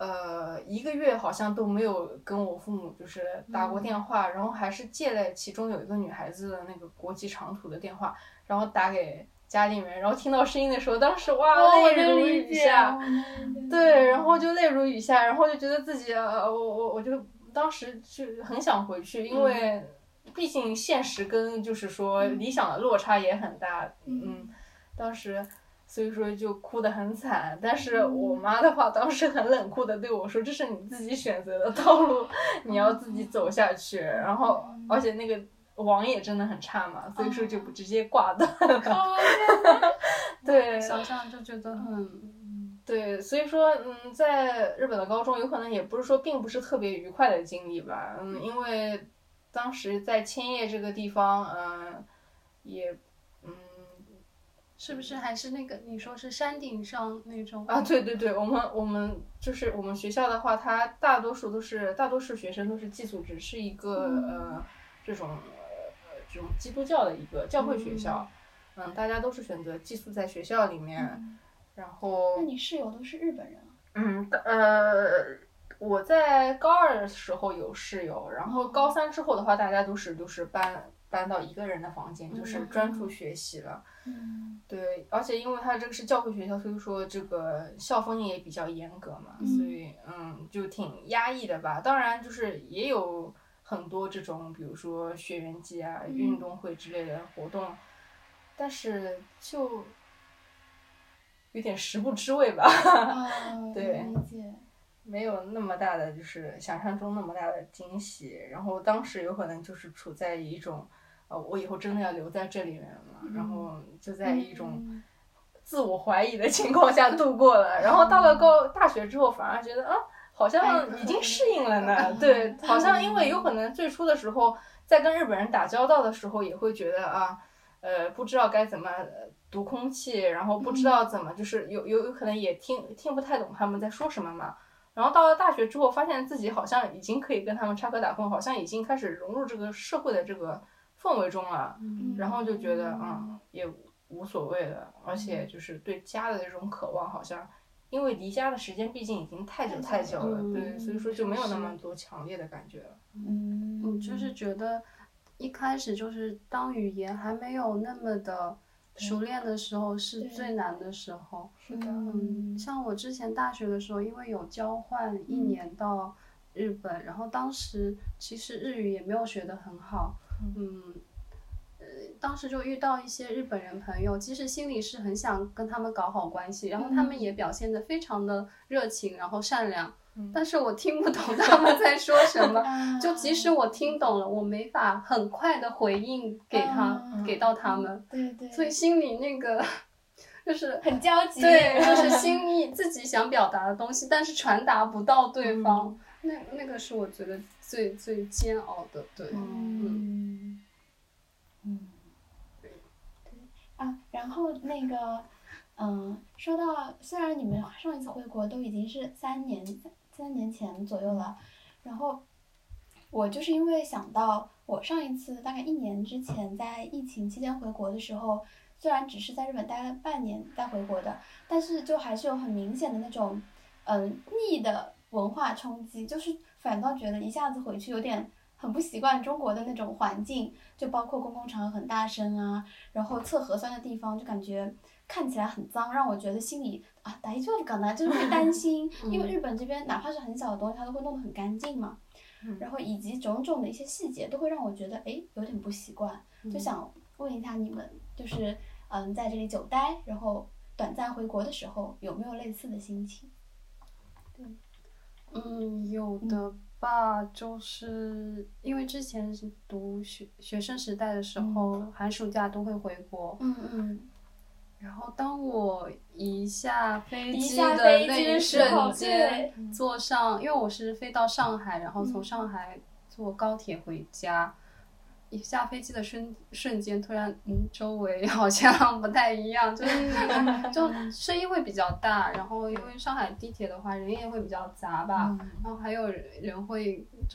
呃一个月好像都没有跟我父母就是打过电话，然后还是借了其中有一个女孩子的那个国际长途的电话，然后打给家里面，然后听到声音的时候，当时哇泪如雨下，对，然后就泪如雨下，然后就觉得自己呃我我我就当时就很想回去，因为毕竟现实跟就是说理想的落差也很大，嗯，当时所以说就哭得很惨，但是我妈的话当时很冷酷的对我说，这是你自己选择的道路，你要自己走下去，然后而且那个网也真的很差嘛，所以说就不直接挂断了。对， 想想就觉得很， 对，所以说，嗯，在日本的高中有可能也不是说并不是特别愉快的经历吧，嗯，因为当时在千叶这个地方，嗯，也，嗯， 是不是还是那个你说是山顶上那种啊？对对对，我们我们就是我们学校的话，它大多数都是大多数学生都是寄宿制，是一个、嗯、呃这种呃这种基督教的一个教会学校，嗯，嗯大家都是选择寄宿在学校里面，嗯、然后那你室友都是日本人啊？ 嗯呃。我在高二的时候有室友，然后高三之后的话，大家都是都是搬搬到一个人的房间，就是专注学习了。 嗯， 对，而且因为他这个是教会学校，所以说这个校风也比较严格嘛，嗯、所以嗯就挺压抑的吧。当然就是也有很多这种，比如说学员季啊、嗯、运动会之类的活动，但是就有点食不知味吧。 哦、 对。 理解。 没有那么大的就是想象中那么大的惊喜，然后当时有可能就是处在一种，呃，我以后真的要留在这里面了，嗯、然后就在一种自我怀疑的情况下度过了，嗯、然后到了高大学之后反而觉得啊，好像已经适应了呢，哎、对，好像因为有可能最初的时候在跟日本人打交道的时候也会觉得啊，呃，不知道该怎么读空气，然后不知道怎么就是有有有可能也听听不太懂他们在说什么嘛。然后到了大学之后，发现自己好像已经可以跟他们插科打诨，好像已经开始融入这个社会的这个氛围中了。嗯、然后就觉得，嗯，也无所谓了。而且就是对家的这种渴望，好像因为离家的时间毕竟已经太久太久了，嗯、对，所以说就没有那么多强烈的感觉了。 嗯，嗯就是觉得一开始就是当语言还没有那么的熟练的时候是最难的时候。 是的， 嗯，像我之前大学的时候，因为有交换一年到日本，嗯、然后当时其实日语也没有学得很好，嗯，呃，当时就遇到一些日本人朋友，其实心里是很想跟他们搞好关系，然后他们也表现得非常的热情，然后善良。但是我听不懂他们在说什么，就即使我听懂了，我没法很快的回应给他，嗯、给到他们， 对对， 所以心里那个就是很焦急， 对，就是心意自己想表达的东西，但是传达不到对方，嗯、那那个是我觉得最最煎熬的，对， 嗯嗯，对对啊，然后那个嗯，说到虽然你们上一次回国都已经是三年。三年前左右了，然后我就是因为想到我上一次大概一年之前在疫情期间回国的时候，虽然只是在日本待了半年再回国的，但是就还是有很明显的那种嗯逆的文化冲击，就是反倒觉得一下子回去有点很不习惯中国的那种环境，就包括公共场合很大声啊，然后测核酸的地方就感觉看起来很脏，让我觉得心里啊，大丈夫かな，就是会担心，因为日本这边哪怕是很小的东西，它都会弄得很干净嘛，嗯、然后以及种种的一些细节都会让我觉得哎有点不习惯，就想问一下你们，就是嗯在这里久待，然后短暂回国的时候有没有类似的心情？ 对，嗯，有的吧，就是因为之前是读学学生时代的时候，嗯、寒暑假都会回国， 嗯嗯。 然后当我一下飞机的那一瞬间，坐上，因为我是飞到上海，然后从上海坐高铁回家，一下飞机的瞬瞬间，突然嗯，周围好像不太一样，就是就声音会比较大，然后因为上海地铁的话人也会比较杂吧，然后还有人会就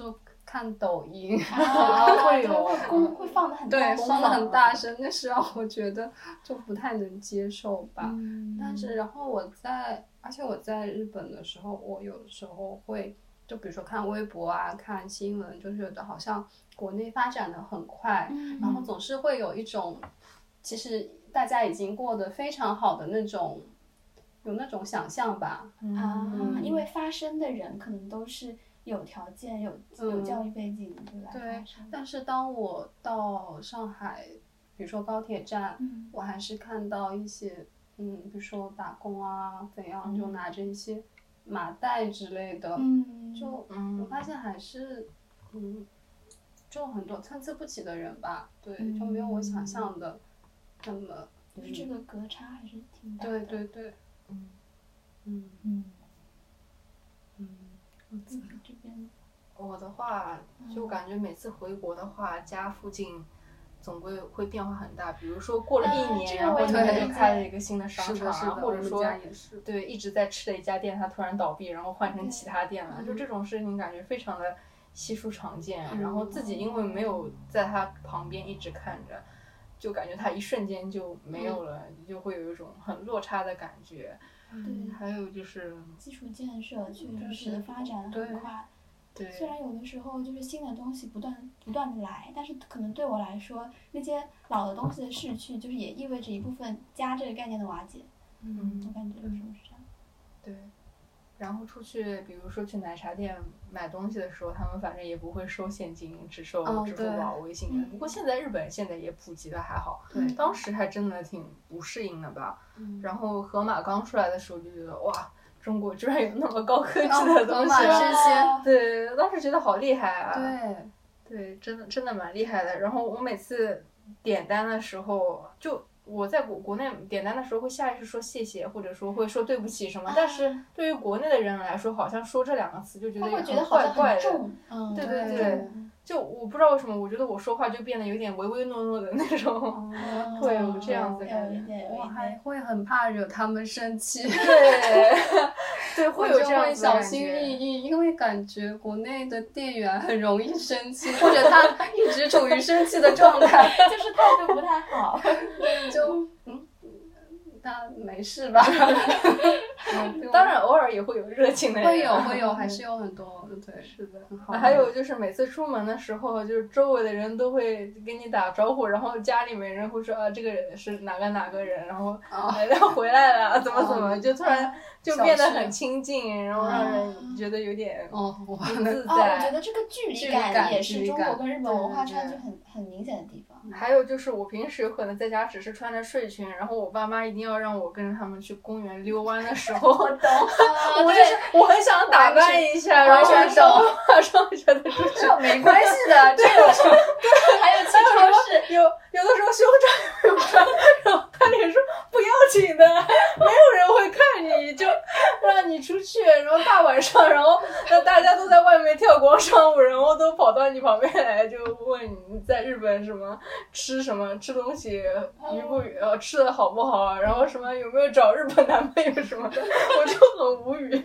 看抖音， 啊， 会有会公会放的很大对， 声， 放的很大声，那是让我觉得就不太能接受吧。 嗯， 但是然后我在，而且我在日本的时候，我有的时候会，就比如说看微博啊，看新闻，就觉得好像国内发展的很快， 嗯然后总是会有一种，其实大家已经过得非常好的那种，有那种想象吧。 啊， 嗯因为发声的人可能都是有条件、有有教育背景就来对发声。 但是当我到上海，比如说高铁站， 嗯我还是看到一些，嗯，比如说打工啊，怎样，就拿着一些麻袋之类的， 嗯， 就嗯我发现还是，嗯，就很多参差不齐的人吧，对， 嗯就没有我想象的那么， 就是这个隔差还是挺大的。 对对对， 嗯嗯嗯， 嗯， 我自己这边， 我的话就感觉每次回国的话，家附近总归会变化很大。比如说过了一年， 啊这个然后你我也理们就开了解一个新的商是的， 场啊， 是的，我们或者说家也是， 对一直在吃的一家店，它突然倒闭，然后换成其他店了，就这种事情感觉非常的稀疏常见。 嗯然后自己因为没有在它旁边一直看着，就感觉它一瞬间就没有了，就会有一种很落差的感觉。 对， 还有就是基础建设确实就是是发展的很快。 对虽然有的时候就是新的东西不断不断的来，但是可能对我来说，那些老的东西的逝去，就是也意味着一部分家这个概念的瓦解。 嗯我感觉有时候是这样。 对，然后出去，比如说去奶茶店买东西的时候，他们反正也不会收现金，只收哦支付宝、微信的。不过现在日本现在也普及的还好， 对当时还真的挺不适应的吧。 嗯然后盒马刚出来的时候就觉得哇，中国居然有那么高科技哦的东西盒马啊！ 生鲜对，当时觉得好厉害啊。 对， 对，真的真的蛮厉害的。然后我每次点单的时候，就我在国国内点单的时候会下意识说谢谢，或者说会说对不起什么。但是对于国内的人来说，好像说这两个词就觉得他会觉得很好像怪怪的。 很重，嗯， 对对对对就我不知道为什么，我觉得我说话就变得有点唯唯诺诺的那种， 嗯会有这样子的感觉。 有一点，有一我还点。 会很怕惹他们生气。 对，对，会有我就这样会子的感小心觉。 翼翼，因为感觉国内的店员很容易生气，或者他一直处于生气的状态， 就是态度不太好。 就嗯，他没事吧？ 当然，偶尔也会有热情的人。 会有会有，还是有很多对， 是的很好。 还有就是每次出门的时候，就是周围的人都会跟你打招呼，然后家里面人会说啊，这个人是哪个哪个人，然后哦哎他回来了，怎么怎么，就突然就变得小事很亲近，然后让人觉得有点哦，我不自哦，我觉在。 得这个距距离离感也是中国距离感跟日本文化对对对差距很很明显的地方。 还有就是我平时有可能在家只是穿着睡裙，然后我爸妈一定要让我跟着他们去公园溜弯的时候，我啊我就是我很想打扮一下，然后完全稍微化妆一下的出去。 这没关系的，这有什么？ 还有去超市， 有有的时候胸罩有穿，然后他脸说不要紧的，没有人会看你，就让你出去，然后大晚上，然后那大家都在外面跳广场舞，然后都跑到你旁边来，就问你在日本什么吃什么吃东西愉不愉，呃吃的好不好啊，然后什么有没有找日本男朋友什么的，我就很无语。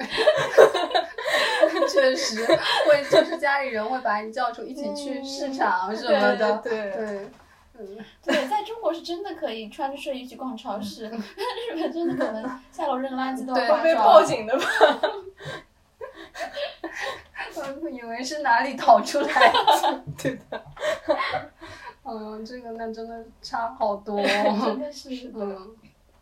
确实会，就是家里人会把你叫出一起去市场什么的， 对对对对，嗯， 对，在中国是真的可以穿着睡衣去逛超市，日本真的可能下楼扔垃圾都要对挂会被照报警的吧？ 我以为是哪里逃出来的。 对的。 嗯，这个那真的差好多、 真哦。 的是。 嗯，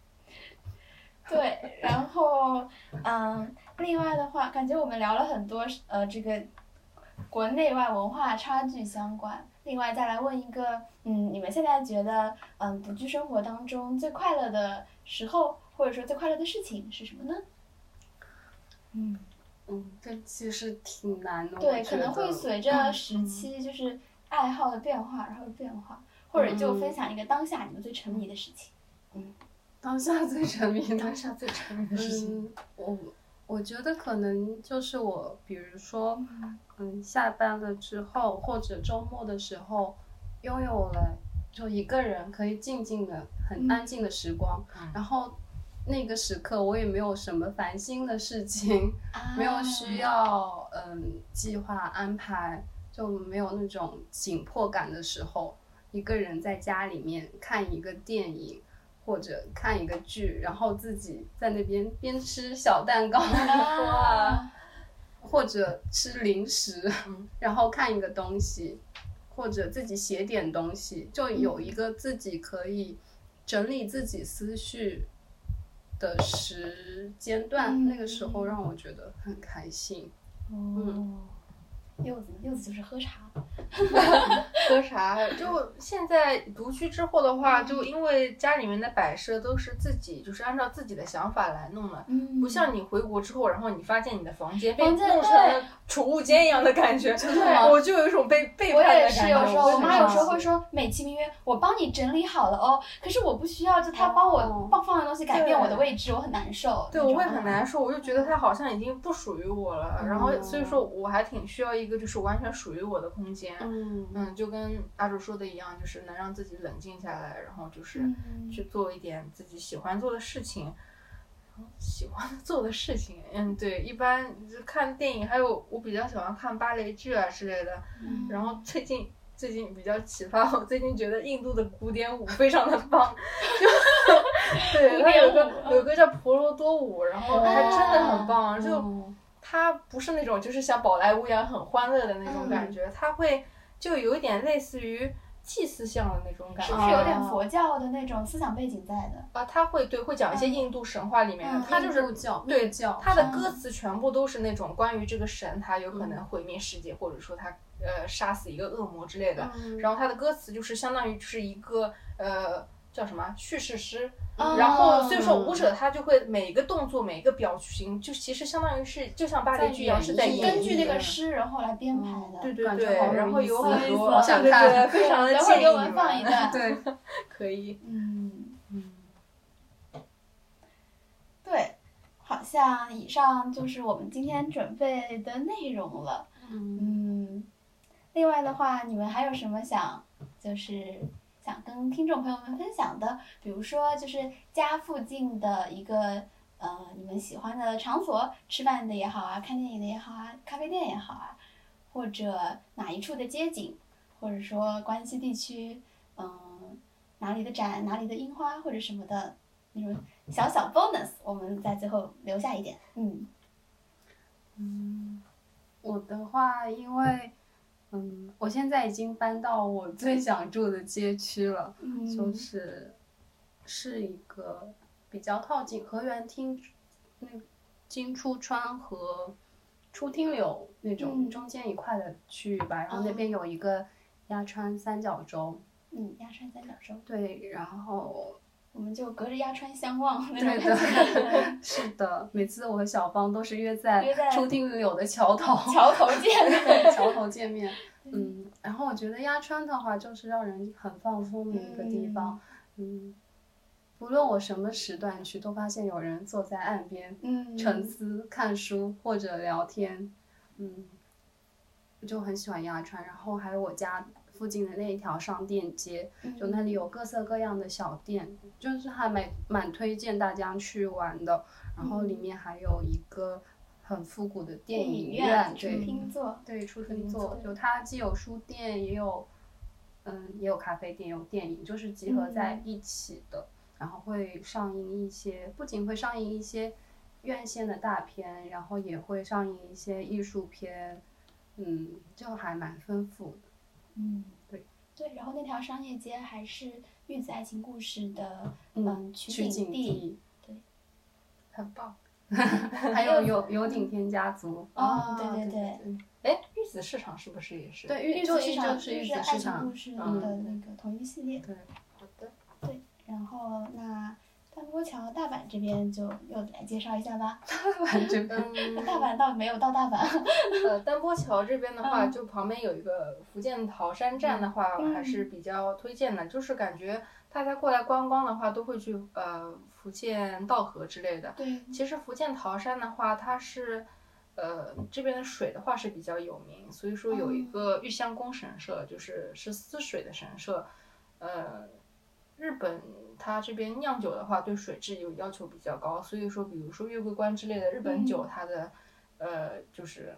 对，然后嗯，另外的话，感觉我们聊了很多呃这个国内外文化差距相关。另外再来问一个，嗯，你们现在觉得嗯独居生活当中最快乐的时候，或者说最快乐的事情是什么呢？嗯， 嗯，这其实挺难的。 对， 我觉可能会得随着时期就是爱好的变化，然后变化，或者就分享一个当下你们最沉迷的事情。 当下最沉迷的当下最沉迷的事情。 嗯，我我觉得可能就是我，比如说，嗯，下班了之后或者周末的时候，拥有了就一个人可以静静的、很安静的时光， 嗯然后那个时刻我也没有什么烦心的事情， 啊没有需要嗯计划安排， 就没有那种紧迫感的时候，一个人在家里面看一个电影或者看一个剧，然后自己在那边边吃小蛋糕啊或者吃零食，然后看一个东西，或者自己写点东西，就有一个自己可以整理自己思绪的时间段， 嗯那个时候让我觉得很开心。 哦，柚子柚子就是喝茶， 喝茶。就现在独居之后的话，就因为家里面的摆设都是自己就是按照自己的想法来弄的， 嗯不像你回国之后，然后你发现你的房间被弄房间成了储物间一样的感觉，我就有一种被背我叛的也是，有感觉。 时候我妈有时候会会说美其名曰我帮你整理好了哦，可是我不需要，就她帮我哦放放的东西改变我的位置，我很难受。 对， 那种我会很难受，我就觉得它好像已经不属于我了，然后所以说我还挺需要一个就是完全属于我的空间。 嗯嗯，就跟阿主说的一样，就是能让自己冷静下来，然后就是嗯去做一点自己喜欢做的事情。喜欢做的事情，嗯，对，一般就看电影，还有我比较喜欢看芭蕾剧啊之类的。 嗯然后最近最近比较启发我，最近觉得印度的古典舞非常的棒，就对，它有个有个叫婆罗多舞，然后还真的很棒，就哦它不是那种就是像宝莱坞一样很欢乐的那种感觉，它会就有一点类似于祭祀像的那种感觉， 是不是有点佛教的那种思想背景在的？ 啊，他会对会讲一些印度神话里面的， 嗯他就是印度教对密教他的歌词全部都是那种关于这个神，他有可能毁灭世界，或者说他呃杀死一个恶魔之类的。 嗯然后他的歌词就是相当于就是一个呃叫什么叙事诗， 哦然后所以说舞者他就会每一个动作每一个表情，就其实相当于是就像芭蕾剧一样是在在演绎的根据那个。诗然后来编排的。 对对感觉对， 好有然后意思有很多， 好想看对对对，非常的等会儿给我们建议你放一段。 对， 可以。 嗯， 嗯对，好像以上就是我们今天准备的内容了。 嗯嗯，另外的话，你们还有什么想就是想跟听众朋友们分享的？比如说，就是家附近的一个呃你们喜欢的场所，吃饭的也好啊，看电影的也好啊，咖啡店也好啊，或者哪一处的街景，或者说关西地区，嗯、哪里的展，哪里的樱花或者什么的那种小小 bonus，我们在最后留下一点。嗯嗯，我的话，因为嗯，我现在已经搬到我最想住的街区了， 嗯， 就是是一个比较靠近河源町那金出川和出町柳那种嗯中间一块的区域吧，然后那边有一个鸭川三角洲， 嗯，鸭川三角洲， 对，然后我们就隔着鸭川相望那对种感觉。 的，是的，每次我和小芳都是约在约在出町柳的桥头， 桥头见对，桥头见面。嗯，然后我觉得鸭川的话，就是让人很放松的一个地方。嗯，无论我什么时段去，都发现有人坐在岸边嗯， 沉思、看书或者聊天。嗯，我就很喜欢鸭川。然后还有我家附近的那一条商店街，就那里有各色各样的小店，就是还蛮蛮推荐大家去玩的。然后里面还有一个很复古的电电影影院， 院对， 厅座， 对，出厅厅座， 座就它既有书店，也有，嗯，也有咖啡店，有电影，就是集合在一起的。然后会上映一些，不仅会上映一些院线的大片，然后也会上映一些艺术片，嗯，就还蛮丰富的。 嗯， 对对，然后那条商业街还是《玉子爱情故事》的嗯嗯取取景地。 景地， 很棒。 还有有有顶天家族。 哦，对对对对， 哎，玉子市场是不是也是？ 对， 玉玉就子市场就是玉是爱子市场情故，事的嗯那个同一系列。 对， 好的。 然后那丹波桥大阪这边就柚子来介绍一下吧。 完全嗯， 大阪倒没有到大阪。 呃，丹波桥这边的话， 嗯就旁边有一个福建桃山站的话， 嗯还是比较推荐的。就是感觉大家过来观光的话，都会去呃福建道河之类的。 对， 其实福建桃山的话，它是呃这边的水的话是比较有名，所以说有一个玉香宫神社，就是是私水的神社。呃，日本它这边酿酒的话，对水质有要求比较高，所以说比如说月桂冠之类的日本酒，它的呃就是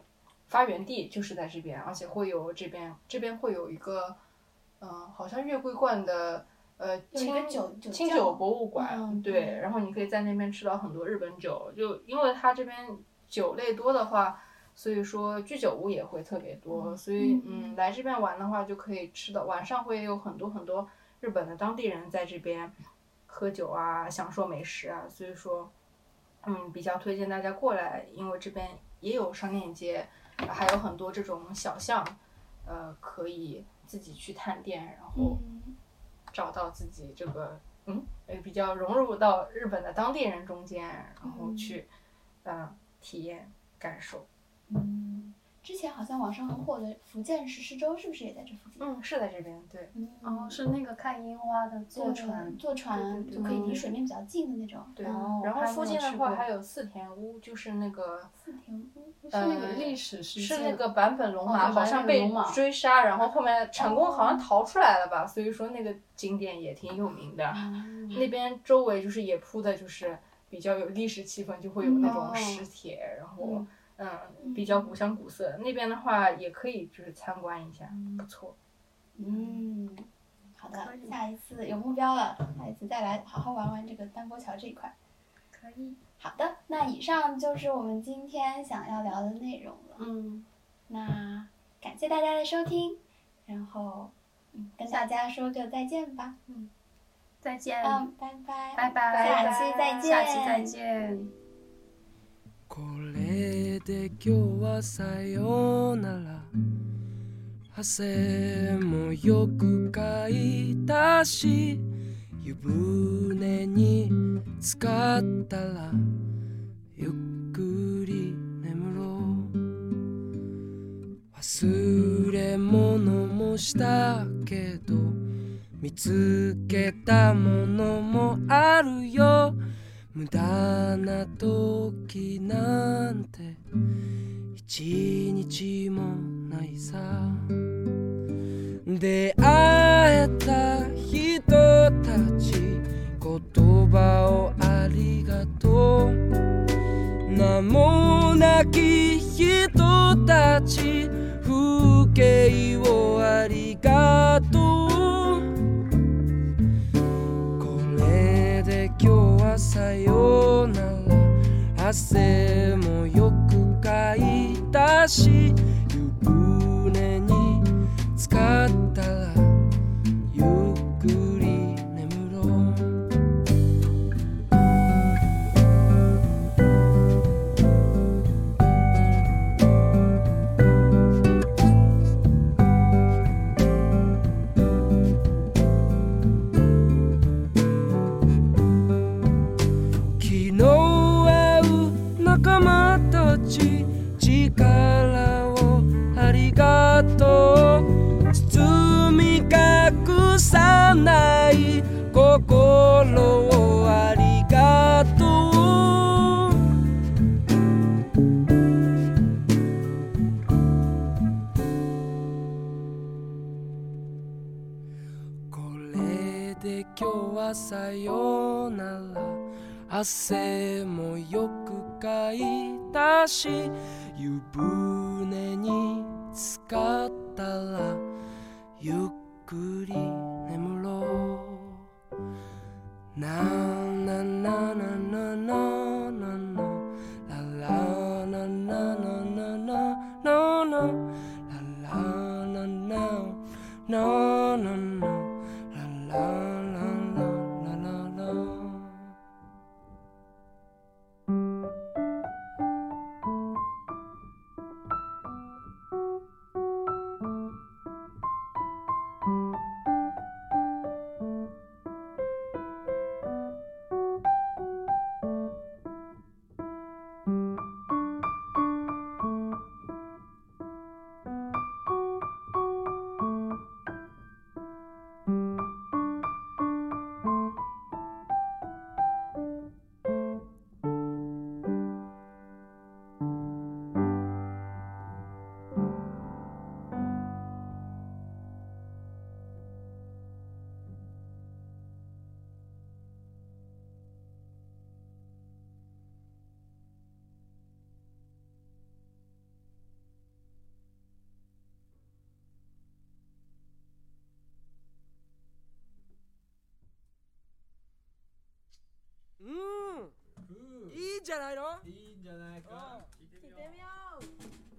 发源地就是在这边，而且会有这边这边会有一个，嗯、呃，好像月桂冠的呃有一个酒酒清酒博物馆， 嗯、 对，然后你可以在那边吃到很多日本酒，就因为它这边酒类多的话，所以说居酒屋也会特别多，所以嗯来这边玩的话就可以吃到，晚上会有很多很多日本的当地人在这边喝酒啊，享受美食啊，所以说嗯比较推荐大家过来，因为这边也有商店街，还有很多这种小巷，呃可以自己去探店，然后找到自己这个嗯比较融入到日本的当地人中间，然后去嗯、呃、体验感受。 嗯，之前好像网上很火的福建石狮洲是不是也在这附近？ 嗯，是在这边，对。 嗯， 哦，是那个看樱花的坐船， 坐船就可以离水面比较近的那种。 对， 哦、 然后附近的话还有四田屋，就是那个四田屋是那个历史事件， 是那个坂本龙马、 哦、 好像被追杀，然后后面成功好像逃出来了吧，哦、所以说那个景点也挺有名的。嗯、那边周围就是也铺的就是比较有历史气氛，就会有那种石铁，嗯、然后。嗯嗯，比较古香古色，那边的话也可以就是参观一下，嗯、不错。 嗯，好的，下一次有目标了，下一次再来好好玩玩这个丹波桥这一块。 可以。 好的，那以上就是我们今天想要聊的内容了。 嗯， 那感谢大家的收听，然后嗯跟大家说个再见吧。 嗯，再见。 嗯，拜拜。 拜拜。 下期再见。 下期再见。 これで今日はさようなら汗もよくかいたし湯船に浸かったらゆっくり眠ろう忘れ物もしたけど見つけたものもあるよ無駄な時なんて一日もないさ出会えた人たち言葉をありがとう名もなき人たち風景をありがとう今日はさようなら汗もよくかいたし湯船に浸かったらゆっくり眠ろう仲間たち力をありがとう包み隠さない心をありがとうこれで今日はさようなら汗もよくかいたし湯船に浸かったらゆっくり眠ろうななななななななララなななななななララなななななララいんじゃないの？ いいんじゃないか。聞いてみよう。